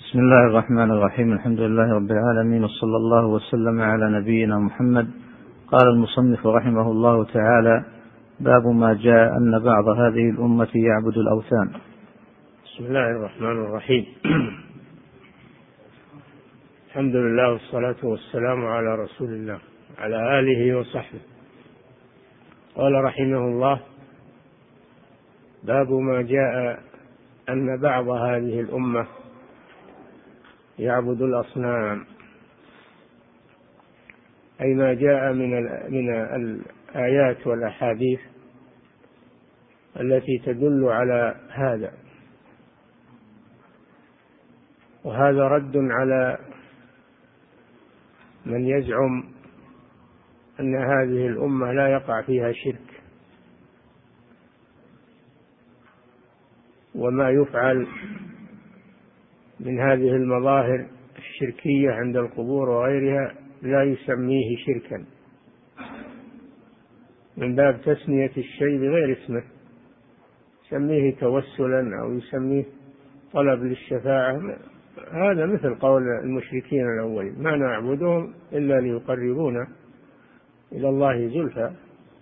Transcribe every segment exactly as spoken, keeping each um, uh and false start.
بسم الله الرحمن الرحيم. الحمد لله رب العالمين، وصلى الله وسلم على نبينا محمد. قال المصنف رحمه الله تعالى: باب ما جاء أن بعض هذه الأمة يعبد الأوثان. بسم الله الرحمن الرحيم. الحمد لله والصلاة والسلام على رسول الله على آله وصحبه. قال رحمه الله: باب ما جاء أن بعض هذه الأمة يعبد الأصنام، أي ما جاء من من الآيات والأحاديث التي تدل على هذا، وهذا رد على من يزعم أن هذه الأمة لا يقع فيها شرك، وما يفعل من هذه المظاهر الشركية عند القبور وغيرها لا يسميه شركا، من باب تسمية الشيء بغير اسمه، يسميه توسلا أو يسميه طلب للشفاعة. هذا مثل قول المشركين الأولين: ما نعبدهم إلا ليقربونا إلى الله زلفى،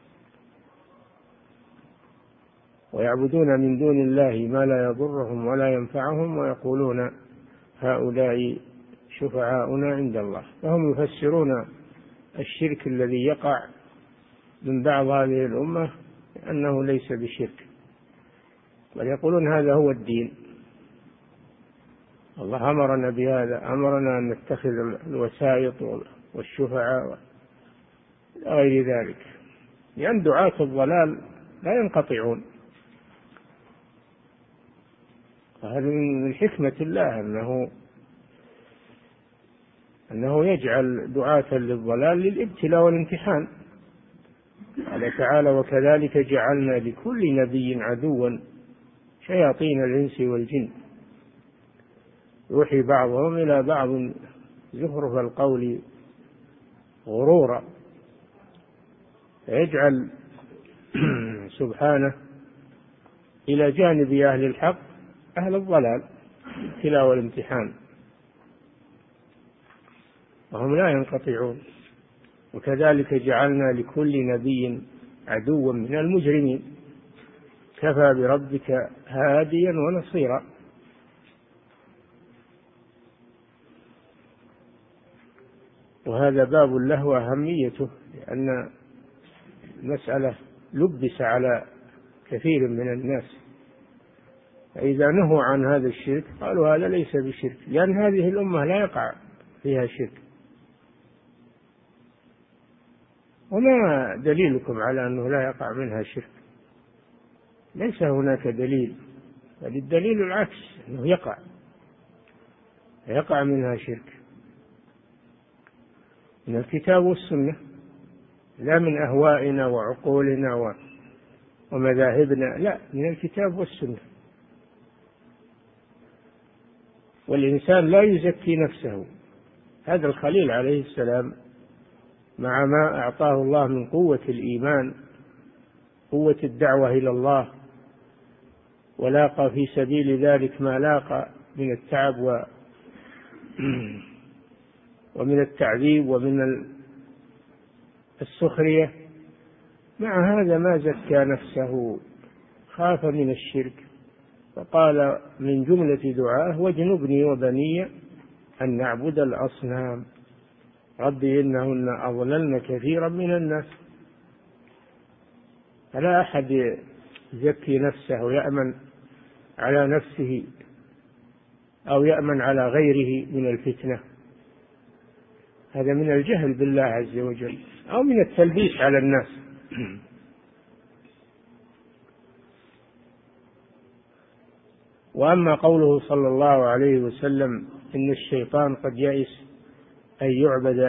ويعبدون من دون الله ما لا يضرهم ولا ينفعهم، ويقولون هؤلاء شفعاؤنا عند الله. فهم يفسرون الشرك الذي يقع من بعض هذه الأمة أنه ليس بشرك، بل يقولون هذا هو الدين، الله أمرنا بهذا، أمرنا أن نتخذ الوسائط والشفعاء غير ذلك، لأن دعاة الضلال لا ينقطعون. هذا من حكمة الله أنه أنه يجعل دعاة للضلال للابتلاء والامتحان. قال تعالى: وكذلك جعلنا لكل نبي عدوا شياطين الإنس والجن يوحي بعضهم إلى بعض زخرف القول غرورا، فيجعل سبحانه إلى جانب أهل الحق أهل الضلال الابتلاء والامتحان، وهم لا ينقطعون. وكذلك جعلنا لكل نبي عدوا من المجرمين كفى بربك هاديا ونصيرا. وهذا باب له وأهميته، لأن المسألة لبس على كثير من الناس، فإذا نهوا عن هذا الشرك قالوا هذا ليس بشرك، لأن هذه الأمة لا يقع فيها شرك. وما دليلكم على أنه لا يقع منها شرك؟ ليس هناك دليل، بل الدليل العكس، أنه يقع يقع منها شرك من الكتاب والسنة، لا من أهوائنا وعقولنا ومذاهبنا، لا، من الكتاب والسنة. والإنسان لا يزكي نفسه. هذا الخليل عليه السلام مع ما أعطاه الله من قوة الإيمان، قوة الدعوة إلى الله، ولاقى في سبيل ذلك ما لاقى من التعب و ومن التعذيب ومن السخرية، مع هذا ما زكى نفسه، خاف من الشرك، فقال من جملة دعاه: واجنبني وبني أن نعبد الأصنام ربي إنهن أضللن كثيرا من الناس. فلا أحد يزكي نفسه ويأمن على نفسه أو يأمن على غيره من الفتنة، هذا من الجهل بالله عز وجل أو من التلبيس على الناس. وأما قوله صلى الله عليه وسلم: إن الشيطان قد يئس أن يعبد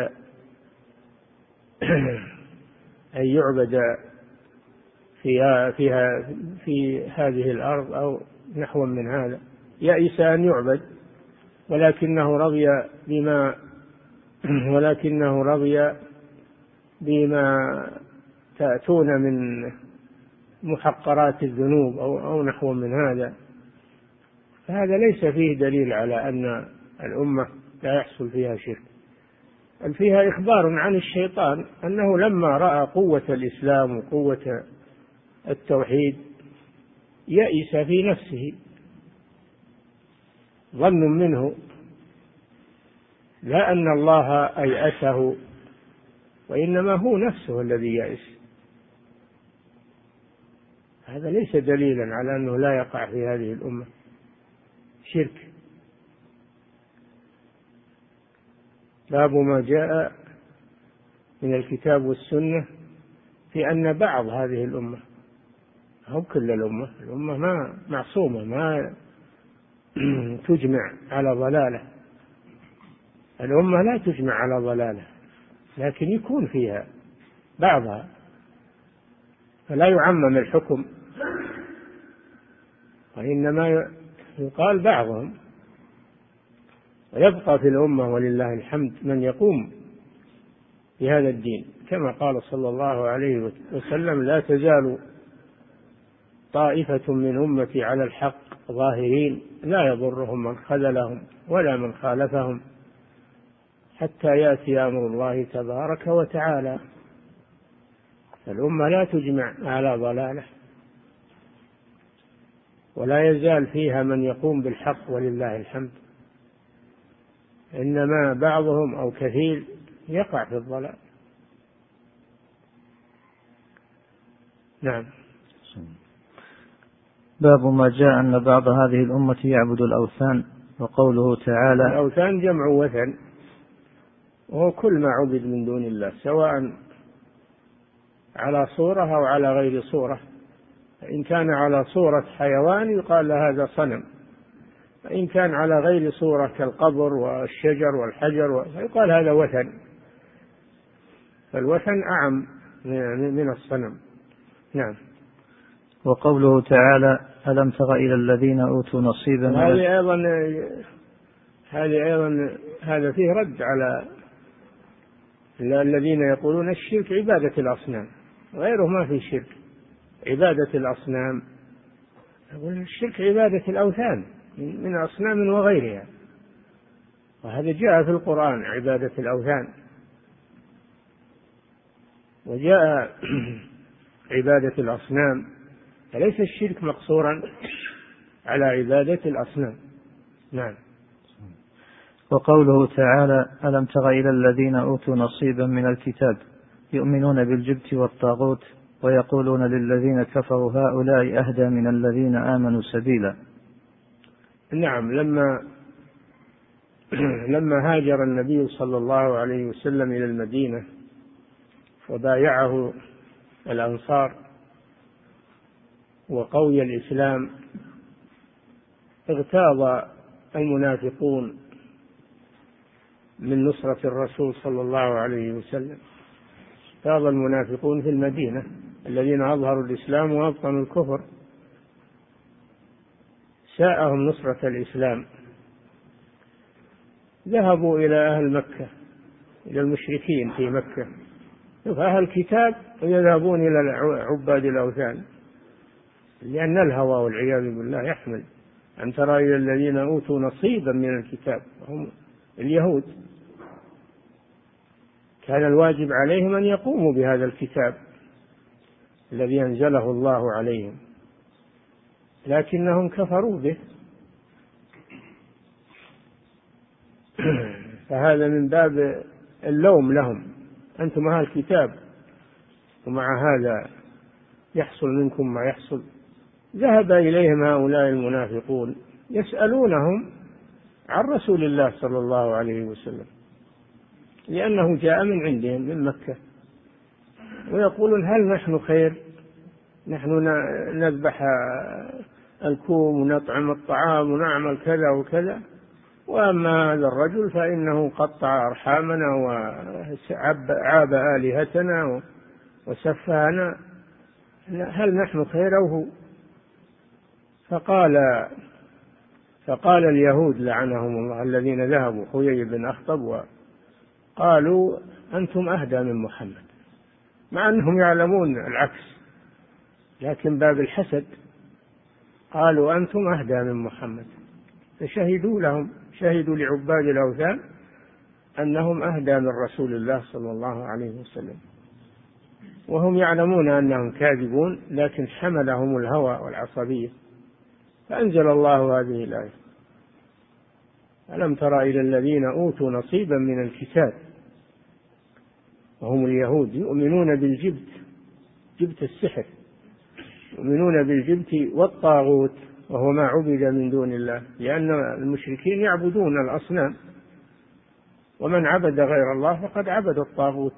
أن يعبد فيها فيها في هذه الأرض أو نحو من هذا، يئس أن يعبد، ولكنه رضي بما ولكنه رضي بما تأتون من محقرات الذنوب أو أو نحو من هذا، فهذا ليس فيه دليل على أن الأمة لا يحصل فيها شرك، بل فيها إخبار عن الشيطان أنه لما رأى قوة الإسلام وقوة التوحيد يئس في نفسه، ظن منه لا أن الله أيأسه، وإنما هو نفسه الذي يئس. هذا ليس دليلا على أنه لا يقع في هذه الأمة شرك. باب ما جاء من الكتاب والسنة في أن بعض هذه الأمة، هم كل الأمة، الأمة ما معصومة، ما تجمع على ضلالة، الأمة لا تجمع على ضلالة، لكن يكون فيها بعضها، فلا يعمم الحكم، وإنما يقال بعضهم، ويبقى في الأمة ولله الحمد من يقوم بهذا الدين، كما قال صلى الله عليه وسلم: لا تزال طائفة من أمتي على الحق ظاهرين لا يضرهم من خذلهم ولا من خالفهم حتى يأتي أمر الله تبارك وتعالى. الأمة لا تجمع على ضلالة، ولا يزال فيها من يقوم بالحق ولله الحمد، إنما بعضهم أو كثير يقع في الضلال. نعم. باب ما جاء أن بعض هذه الأمة يعبد الأوثان، وقوله تعالى: الأوثان جمع وثن، وهو كل ما عبد من دون الله، سواء على صورة أو على غير صورة. فإن كان على صورة حيوان يقال له هذا صنم، فإن كان على غير صورة كالقبر والشجر والحجر يقال هذا وثن، فالوثن أعم من الصنم. نعم. وقوله تعالى: ألم تر إلى الذين أوتوا نصيبا. هذه أيضا هذه أيضا هذا فيه رد على الذين يقولون الشرك عبادة الأصنام، غيره ما في شرك، عبادة الأصنام. الشرك عبادة الأوثان من أصنام وغيرها، وهذا جاء في القرآن عبادة الأوثان، وجاء عبادة الأصنام، فليس الشرك مقصورا على عبادة الأصنام. نعم. وقوله تعالى: ألم تر إلى الذين أوتوا نصيبا من الكتاب يؤمنون بالجبت والطاغوت ويقولون للذين كفروا هؤلاء أهدى من الذين آمنوا سبيلا. نعم. لما لما هاجر النبي صلى الله عليه وسلم إلى المدينة وبايعه الأنصار وقوي الإسلام، اغتاظ المنافقون من نصرة الرسول صلى الله عليه وسلم، اغتاظ المنافقون في المدينة الذين أظهروا الإسلام وأبطنوا الكفر، ساءهم نصرة الإسلام، ذهبوا إلى أهل مكة، إلى المشركين في مكة، فأهل الكتاب يذهبون إلى عباد الأوثان، لأن الهوى والعياذ بالله يحمل. أن ترى إلى الذين أوتوا نصيبا من الكتاب، هم اليهود، كان الواجب عليهم أن يقوموا بهذا الكتاب الذي أنزله الله عليهم، لكنهم كفروا به، فهذا من باب اللوم لهم، أنتم أهل الكتاب ومع هذا يحصل منكم ما يحصل. ذهب إليهم هؤلاء المنافقون يسألونهم عن رسول الله صلى الله عليه وسلم، لأنه جاء من عندهم من مكة، ويقولون: هل نحن خير؟ نحن نذبح الكوم ونطعم الطعام ونعمل كذا وكذا، وأما هذا الرجل فإنه قطع أرحامنا وعاب آلهتنا وسفهنا، هل نحن خير أو هو؟ فقال فقال اليهود لعنهم الله الذين ذهبوا حيي بن أخطب وقالوا: أنتم أهدى من محمد، مع أنهم يعلمون العكس، لكن باب الحسد قالوا: أنتم أهدى من محمد، فشهدوا لهم شهدوا لعباد الأوثان أنهم أهدى من رسول الله صلى الله عليه وسلم، وهم يعلمون أنهم كاذبون، لكن حملهم الهوى والعصبية، فأنزل الله هذه الآية: ألم تر إلى الذين أوتوا نصيبا من الكتاب وهم اليهود يؤمنون بالجبت، جبت السحر، يؤمنون بالجبت والطاغوت وهو ما عبد من دون الله، لأن المشركين يعبدون الأصنام، ومن عبد غير الله فقد عبد الطاغوت.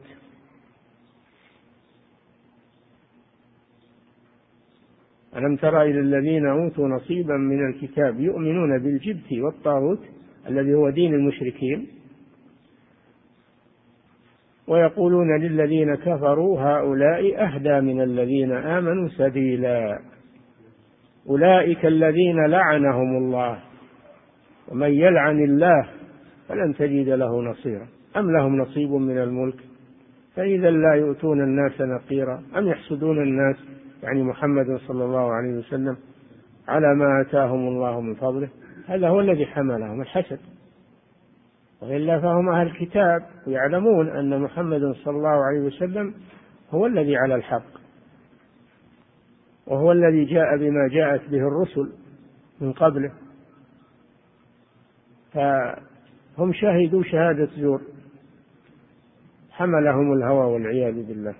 ألم تر إلى الذين أوتوا نصيبا من الكتاب يؤمنون بالجبت والطاغوت الذي هو دين المشركين، ويقولون للذين كفروا هؤلاء أهدى من الذين آمنوا سبيلا، أولئك الذين لعنهم الله، ومن يلعن الله فلن تجد له نصيرا، أم لهم نصيب من الملك فإذا لا يؤتون الناس نقيرا، أم يحسدون الناس يعني محمد صلى الله عليه وسلم على ما آتاهم الله من فضله. هذا هو الذي حملهم الحسد، وإلا فهم أهل الكتاب ويعلمون أن محمد صلى الله عليه وسلم هو الذي على الحق، وهو الذي جاء بما جاءت به الرسل من قبله، فهم شهدوا شهادة زور، حملهم الهوى والعياذ بالله،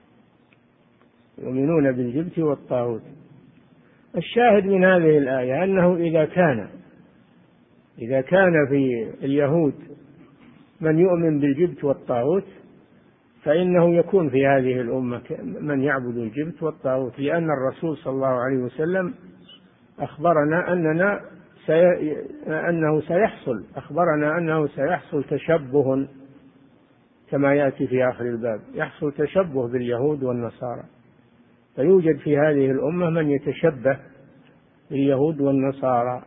يؤمنون بالجبت والطاغوت. الشاهد من هذه الآية أنه إذا كان إذا كان في اليهود من يؤمن بالجبت والطاغوت فإنه يكون في هذه الأمة من يعبد الجبت والطاغوت، لأن الرسول صلى الله عليه وسلم أخبرنا أننا سي... أنه سيحصل أخبرنا أنه سيحصل تشبه، كما يأتي في آخر الباب يحصل تشبه باليهود والنصارى، فيوجد في هذه الأمة من يتشبه باليهود والنصارى،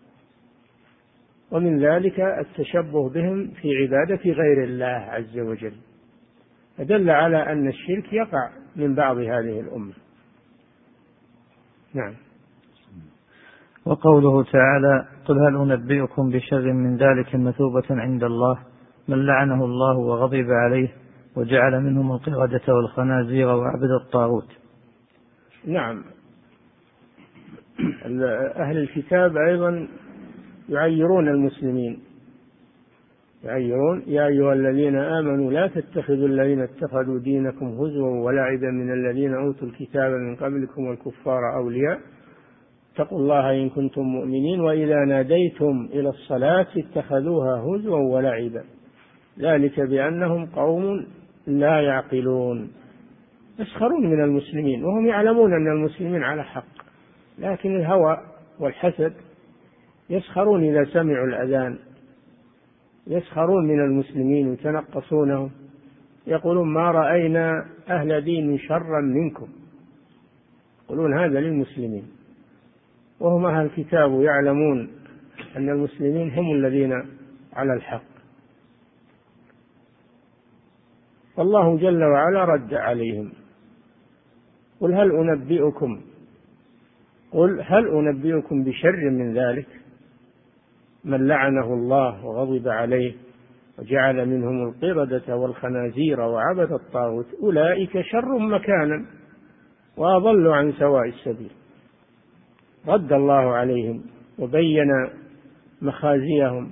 ومن ذلك التشبه بهم في عبادة غير الله عز وجل، فدل على أن الشرك يقع من بعض هذه الأمة. نعم. وقوله تعالى: قل هل أنبئكم بشر من ذلك مثوبة عند الله من لعنه الله وغضب عليه وجعل منهم القردة والخنازير وعبد الطاغوت. نعم، أهل الكتاب أيضا يعيرون المسلمين، يعيرون: يا أيها الذين آمنوا لا تتخذوا الذين اتخذوا دينكم هزوا ولعبا من الذين أوتوا الكتاب من قبلكم والكفار أولياء اتقوا الله إن كنتم مؤمنين وإذا ناديتم إلى الصلاة اتخذوها هزوا ولعبا ذلك بأنهم قوم لا يعقلون. يسخرون من المسلمين وهم يعلمون أن المسلمين على حق، لكن الهوى والحسد يسخرون إذا سمعوا الأذان، يسخرون من المسلمين ويتنقصونهم، يقولون: ما رأينا أهل دين شرا منكم، يقولون هذا للمسلمين، وهم أهل الكتاب يعلمون أن المسلمين هم الذين على الحق. والله جل وعلا رد عليهم: قل هل أنبئكم قل هل أنبئكم بشر من ذلك من لعنه الله وغضب عليه وجعل منهم القردة والخنازير وعبد الطاغوت أولئك شر مكانا وأضل عن سواء السبيل. رد الله عليهم وبين مخازيهم: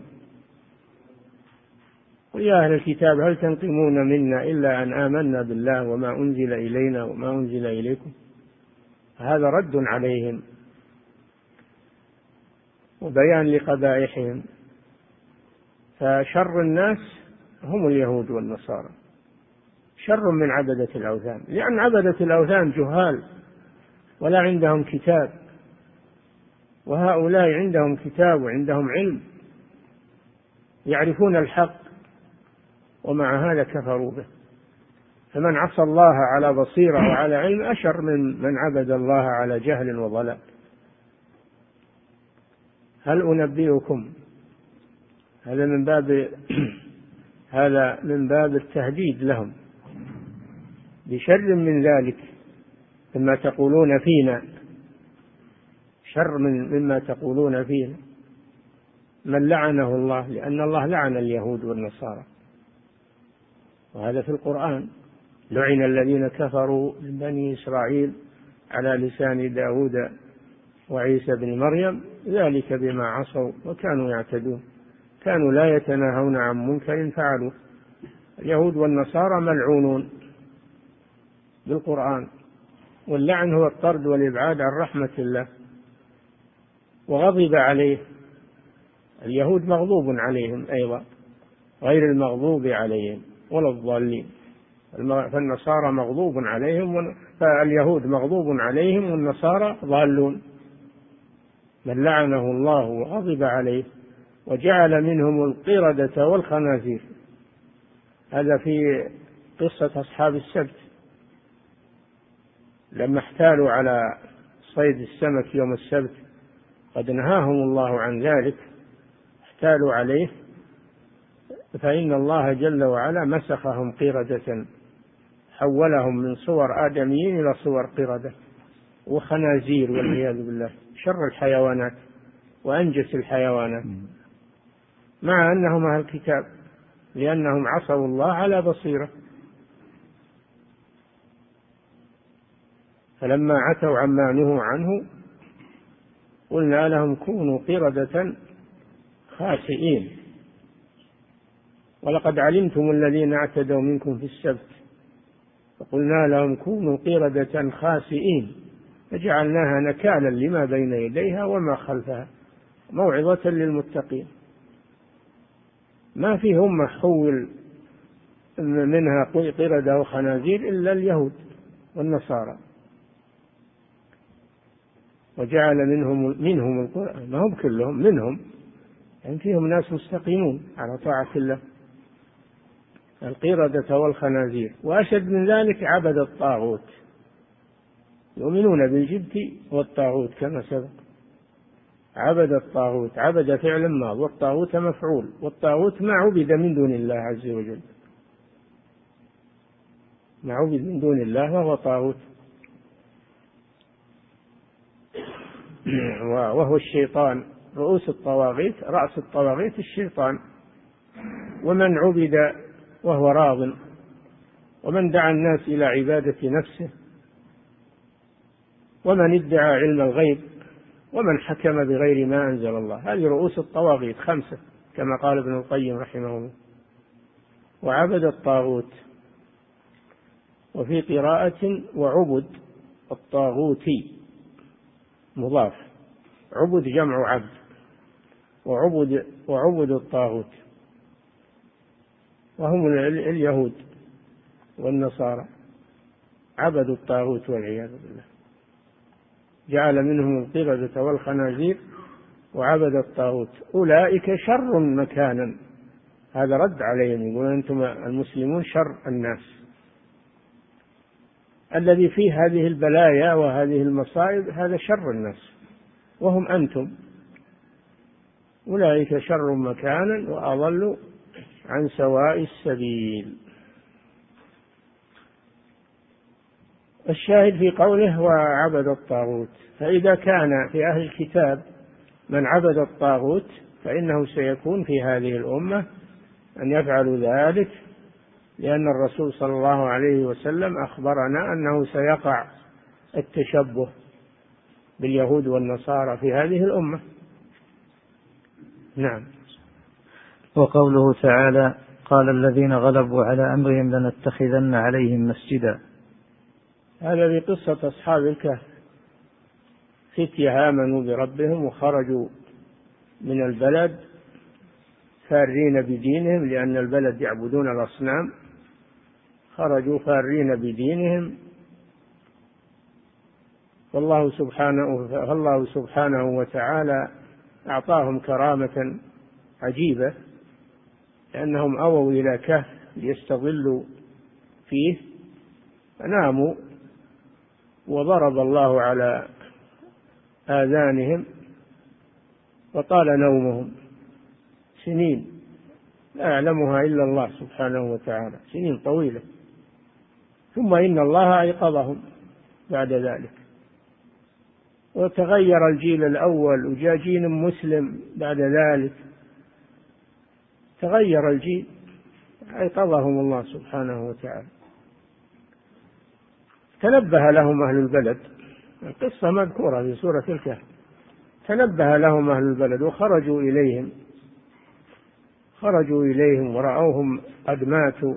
قل يا أهل الكتاب هل تنقمون منا إلا أن آمنا بالله وما أنزل إلينا وما أنزل إليكم. هذا رد عليهم وبيان لقبائحهم. فشر الناس هم اليهود والنصارى، شر من عبدة الأوثان، لأن عبدة الأوثان جهال ولا عندهم كتاب، وهؤلاء عندهم كتاب وعندهم علم، يعرفون الحق ومع هذا كفروا به. فمن عصى الله على بصيرة وعلى علم أشر من من عبد الله على جهل وضلال. هل أنبئكم، هذا من باب هذا من باب التهديد لهم بشر من ذلك مما تقولون فينا، شر من مما تقولون فينا. من لعنه الله، لأن الله لعن اليهود والنصارى، وهذا في القرآن: لعن الذين كفروا من بني إسرائيل على لسان داود وعيسى بن مريم ذلك بما عصوا وكانوا يعتدون، كانوا لا يتناهون عن منكر فعلوه. اليهود والنصارى ملعونون بالقرآن، واللعن هو الطرد والإبعاد عن رحمة الله، وغضب عليه. اليهود مغضوب عليهم أيضا، غير المغضوب عليهم ولا الضالين، فالنصارى مغضوب عليهم، فاليهود مغضوب عليهم والنصارى ضالون. من لعنه الله وغضب عليه وجعل منهم القردة والخنازير. هذا في قصة أصحاب السبت لما احتالوا على صيد السمك يوم السبت، قد نهاهم الله عن ذلك، احتالوا عليه، فإن الله جل وعلا مسخهم قردة، حولهم من صور آدميين إلى صور قردة وخنازير والعياذ بالله، شر الحيوانات وأنجس الحيوانات، مع أنهم أهل الكتاب، لأنهم عصوا الله على بصيرة. فلما عتوا عما نهوا عنه قلنا لهم كونوا قردة خاسئين، ولقد علمتم الذين اعتدوا منكم في السبت فقلنا لهم كونوا قردة خاسئين فجعلناها نكالا لما بين يديها وما خلفها موعظة للمتقين. ما في أمة حول منها قردة وخنازير إلا اليهود والنصارى، وجعل منهم منهم القرآن، ما هم كلهم، منهم يعني فيهم ناس مستقيمون على طاعة الله، القردة والخنازير. وأشد من ذلك عبد الطاغوت، يؤمنون بالجبت والطاغوت كما سبق. عبد الطاغوت، عبد فعل ماض، والطاغوت مفعول، والطاغوت ما عبد من دون الله عز وجل، ما عبد من دون الله وهو طاغوت، وهو الشيطان. رؤوس الطواغيت، رأس الطواغيت الشيطان. ومن عبد وهو راض، ومن دعا الناس إلى عبادة نفسه، ومن ادعى علم الغيب، ومن حكم بغير ما أنزل الله. هذه رؤوس الطواغيت خمسة كما قال ابن القيم رحمه الله. وعبد الطاغوت، وفي قراءة وعبد الطاغوتي مضاف، عبد جمع عبد، وعبد وعبد الطاغوت، وهم اليهود والنصارى عبدوا الطاغوت والعياذ بالله، جعل منهم القردة والخنازير وعبد الطاغوت. أولئك شر مكانا، هذا رد عليهم، يقول أنتم المسلمون شر الناس، الذي فيه هذه البلايا وهذه المصائب هذا شر الناس، وهم أنتم. أولئك شر مكانا وأضل عن سواء السبيل. الشاهد في قوله وعبد الطاغوت، فإذا كان في أهل الكتاب من عبد الطاغوت فإنه سيكون في هذه الأمة أن يفعلوا ذلك، لأن الرسول صلى الله عليه وسلم أخبرنا أنه سيقع التشبه باليهود والنصارى في هذه الأمة. نعم. وقوله تعالى قال الذين غلبوا على أمرهم لنتخذن عليهم مسجدا، هذا في قصة أصحاب الكهف، فتية آمنوا بربهم وخرجوا من البلد فارين بدينهم، لأن البلد يعبدون الأصنام، خرجوا فارين بدينهم، والله سبحانه فالله سبحانه وتعالى أعطاهم كرامة عجيبة، لأنهم أووا إلى كهف ليستظلوا فيه فناموا، وضرب الله على آذانهم وطال نومهم سنين لا يعلمها إلا الله سبحانه وتعالى، سنين طويلة، ثم إن الله أيقظهم بعد ذلك، وتغير الجيل الأول وجاء جيل مسلم بعد ذلك، تغير الجيل، أيقظهم الله سبحانه وتعالى. تنبه لهم أهل البلد، القصة مذكورة في سورة الكهف، تنبه لهم أهل البلد وخرجوا إليهم خرجوا إليهم ورأوهم قد ماتوا،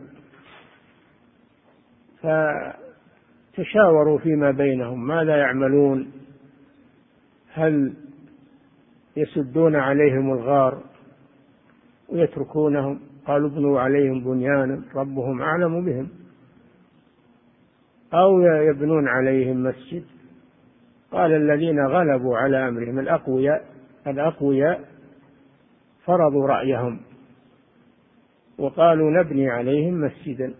فتشاوروا فيما بينهم ماذا يعملون، هل يسدون عليهم الغار ويتركونهم؟ قالوا ابنوا عليهم بنيانا ربهم أعلم بهم، أو يبنون عليهم مسجد. قال الذين غلبوا على أمرهم الأقوياء الأقوياء فرضوا رأيهم وقالوا نبني عليهم مسجدا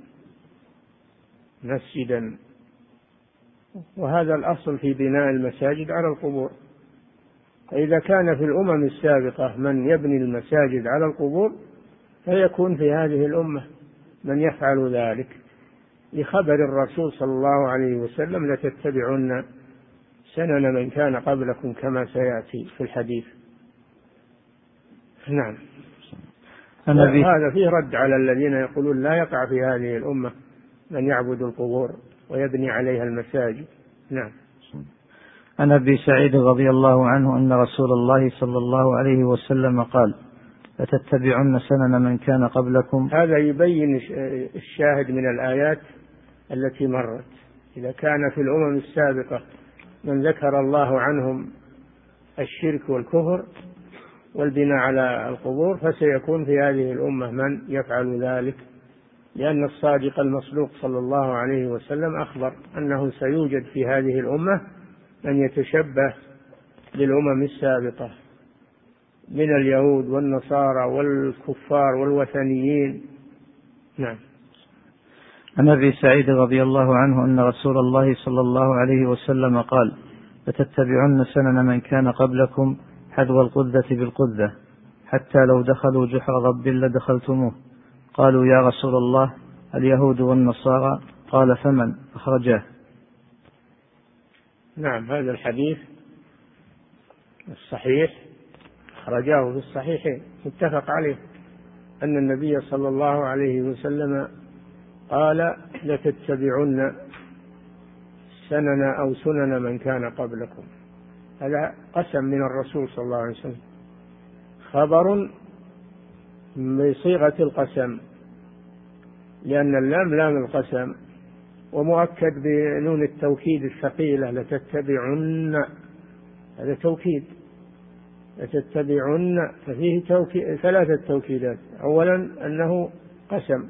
مسجدا وهذا الأصل في بناء المساجد على القبور. فإذا كان في الأمم السابقة من يبني المساجد على القبور، فيكون في هذه الأمة من يفعل ذلك، لخبر الرسول صلى الله عليه وسلم لتتبعن سنن من كان قبلكم كما سيأتي في الحديث. نعم. هذا فيه رد على الذين يقولون لا يقع في هذه الأمة من يعبد القبور ويبني عليها المساجد. نعم. عن أبي سعيد رضي الله عنه أن رسول الله صلى الله عليه وسلم قال لتتبعن سنن من كان قبلكم. هذا يبين الشاهد من الآيات التي مرت. إذا كان في الأمم السابقة من ذكر الله عنهم الشرك والكفر والبناء على القبور، فسيكون في هذه الأمة من يفعل ذلك، لأن الصادق المصدوق صلى الله عليه وسلم أخبر أنه سيوجد في هذه الأمة من يتشبه بالأمم السابقة من اليهود والنصارى والكفار والوثنيين. نعم. عن أبي سعيد رضي الله عنه أن رسول الله صلى الله عليه وسلم قال لتتبعن سنن من كان قبلكم حذو القذة بالقذة حتى لو دخلوا جحر ضب لدخلتموه. قالوا يا رسول الله اليهود والنصارى؟ قال فمن؟ أخرجاه. نعم. هذا الحديث الصحيح أخرجاه في الصحيحين متفق عليه أن النبي صلى الله عليه وسلم قال لتتبعن سنن أو سنن من كان قبلكم. هذا قسم من الرسول صلى الله عليه وسلم، خبر بصيغة القسم، لأن اللام لام القسم ومؤكد بنون التوكيد الثقيلة لتتبعن، هذا توكيد لتتبعن، ففيه توكيد ثلاثة توكيدات. أولا أنه قسم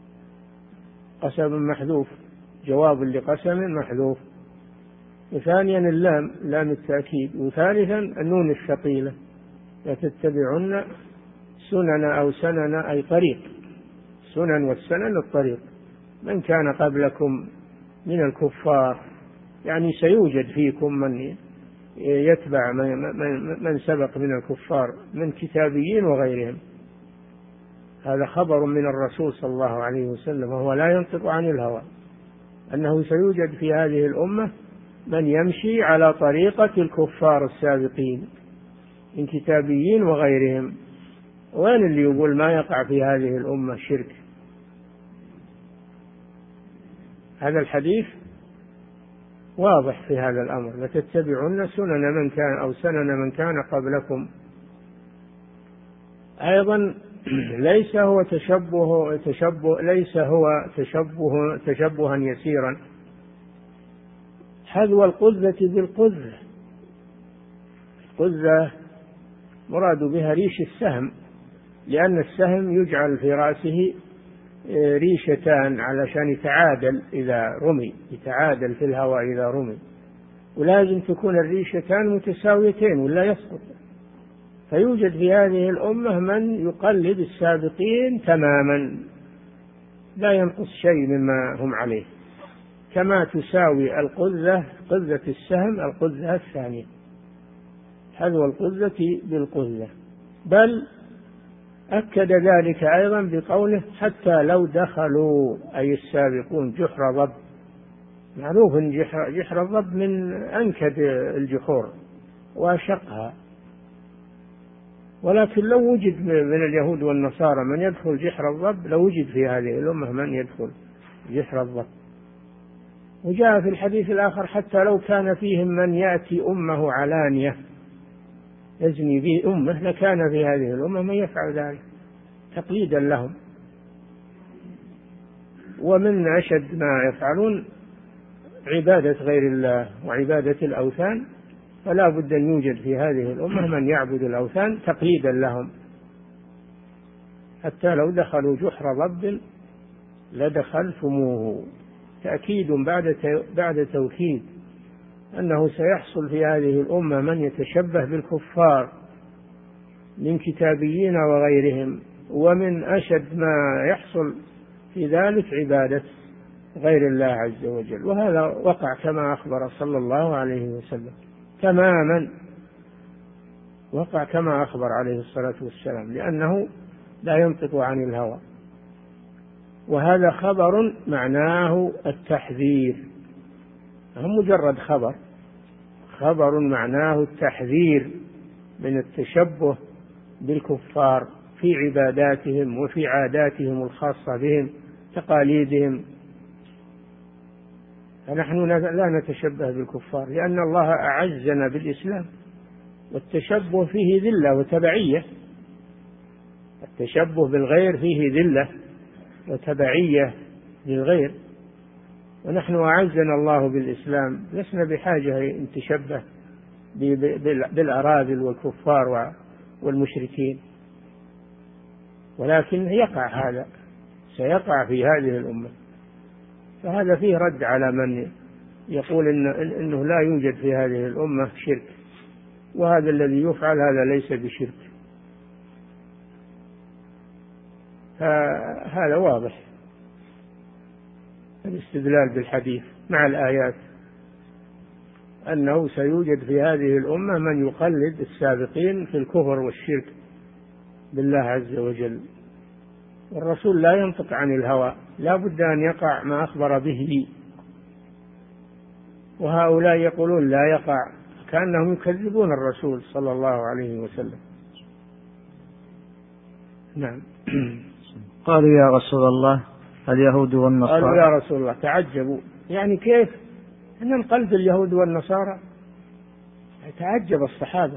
قسم محذوف، جواب لقسم محذوف. وثانيا اللام لام التأكيد. وثالثا النون الثقيلة لتتبعن سنن أو سنن أي طريق، سنن والسنن الطريق من كان قبلكم من الكفار، يعني سيوجد فيكم من يتبع من سبق من الكفار من كتابيين وغيرهم. هذا خبر من الرسول صلى الله عليه وسلم، وهو لا ينطق عن الهوى، أنه سيوجد في هذه الأمة من يمشي على طريقة الكفار السابقين من كتابيين وغيرهم. وين اللي يقول ما يقع في هذه الأمة شرك؟ هذا الحديث واضح في هذا الأمر، لتتبعن سنن من كان أو سنن من كان قبلكم. أيضا ليس هو تشبه تشبه ليس هو تشبه تشبها يسيرا. حذو القذة بالقذة، القذة مراد بها ريش السهم، لأن السهم يجعل في رأسه ريشتان علشان يتعادل إذا رمي، يتعادل في الهواء إذا رمي، ولازم تكون الريشتان متساويتين ولا يسقط. فيوجد في هذه الأمة من يقلد السابقين تماما، لا ينقص شيء مما هم عليه، كما تساوي القذة قذة السهم القذة الثانية، حذو القذة بالقذة. بل أكد ذلك أيضا بقوله حتى لو دخلوا، أي السابقون، جحر ضب. معروف أن جحر, جحر الضب من أنكد الجحور وأشقها، ولكن لو وجد من اليهود والنصارى من يدخل جحر الضب لوجد في هذه الأمة من يدخل جحر الضب. وجاء في الحديث الآخر حتى لو كان فيهم من يأتي أمه علانية يزني به أمه لكان في هذه الأمة من يفعل ذلك تقليدا لهم. ومن أشد ما يفعلون عبادة غير الله وعبادة الأوثان، فلا بد أن يوجد في هذه الأمة من يعبد الأوثان تقليدا لهم، حتى لو دخلوا جحر ضب لدخلتموه، تأكيد بعد بعد توكيد أنه سيحصل في هذه الأمة من يتشبه بالكفار من كتابيين وغيرهم. ومن أشد ما يحصل في ذلك عبادة غير الله عز وجل، وهذا وقع كما أخبر صلى الله عليه وسلم تماما، وقع كما أخبر عليه الصلاة والسلام، لأنه لا ينطق عن الهوى. وهذا خبر معناه التحذير، هم مجرد خبر، خبر معناه التحذير من التشبه بالكفار في عباداتهم وفي عاداتهم الخاصة بهم تقاليدهم. فنحن لا نتشبه بالكفار لأن الله أعزنا بالإسلام، والتشبه فيه ذلة وتبعية، التشبه بالغير فيه ذلة وتبعية للغير، ونحن أعزنا الله بالإسلام، لسنا بحاجة أن نتشبه بالأراذل والكفار والمشركين. ولكن يقع هذا، سيقع في هذه الأمة، فهذا فيه رد على من يقول إن إنه لا يوجد في هذه الأمة شرك، وهذا الذي يفعل هذا ليس بشرك، هذا واضح الاستدلال بالحديث مع الآيات أنه سيوجد في هذه الأمة من يقلد السابقين في الكفر والشرك بالله عز وجل. والرسول لا ينطق عن الهوى، لا بد أن يقع ما أخبر به، وهؤلاء يقولون لا يقع، كأنهم يكذبون الرسول صلى الله عليه وسلم. نعم. قالوا يا رسول الله اليهود والنصارى، قالوا يا رسول الله، تعجبوا، يعني كيف أن نقلد اليهود والنصارى؟ تعجب الصحابة،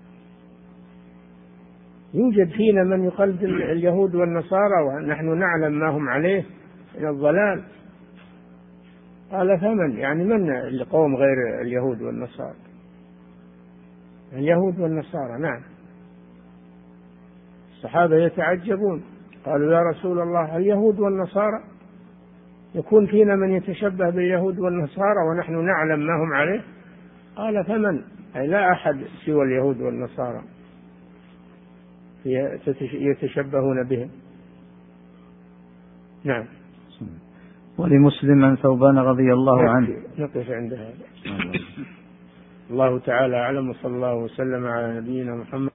يوجد فينا من يقلد اليهود والنصارى ونحن نعلم ما هم عليه من الضلال. قال فمن، يعني من القوم غير اليهود والنصارى؟ اليهود والنصارى. نعم. الصحابة يتعجبون، قالوا يا رسول الله اليهود والنصارى، يكون فينا من يتشبه باليهود والنصارى ونحن نعلم ما هم عليه؟ قال فمن، أي لا أحد سوى اليهود والنصارى يتشبهون بهم. نعم. ولمسلم عن ثوبان رضي الله عنه. نقف عند هذا. الله تعالى أعلم، وصلى الله وسلم على نبينا محمد.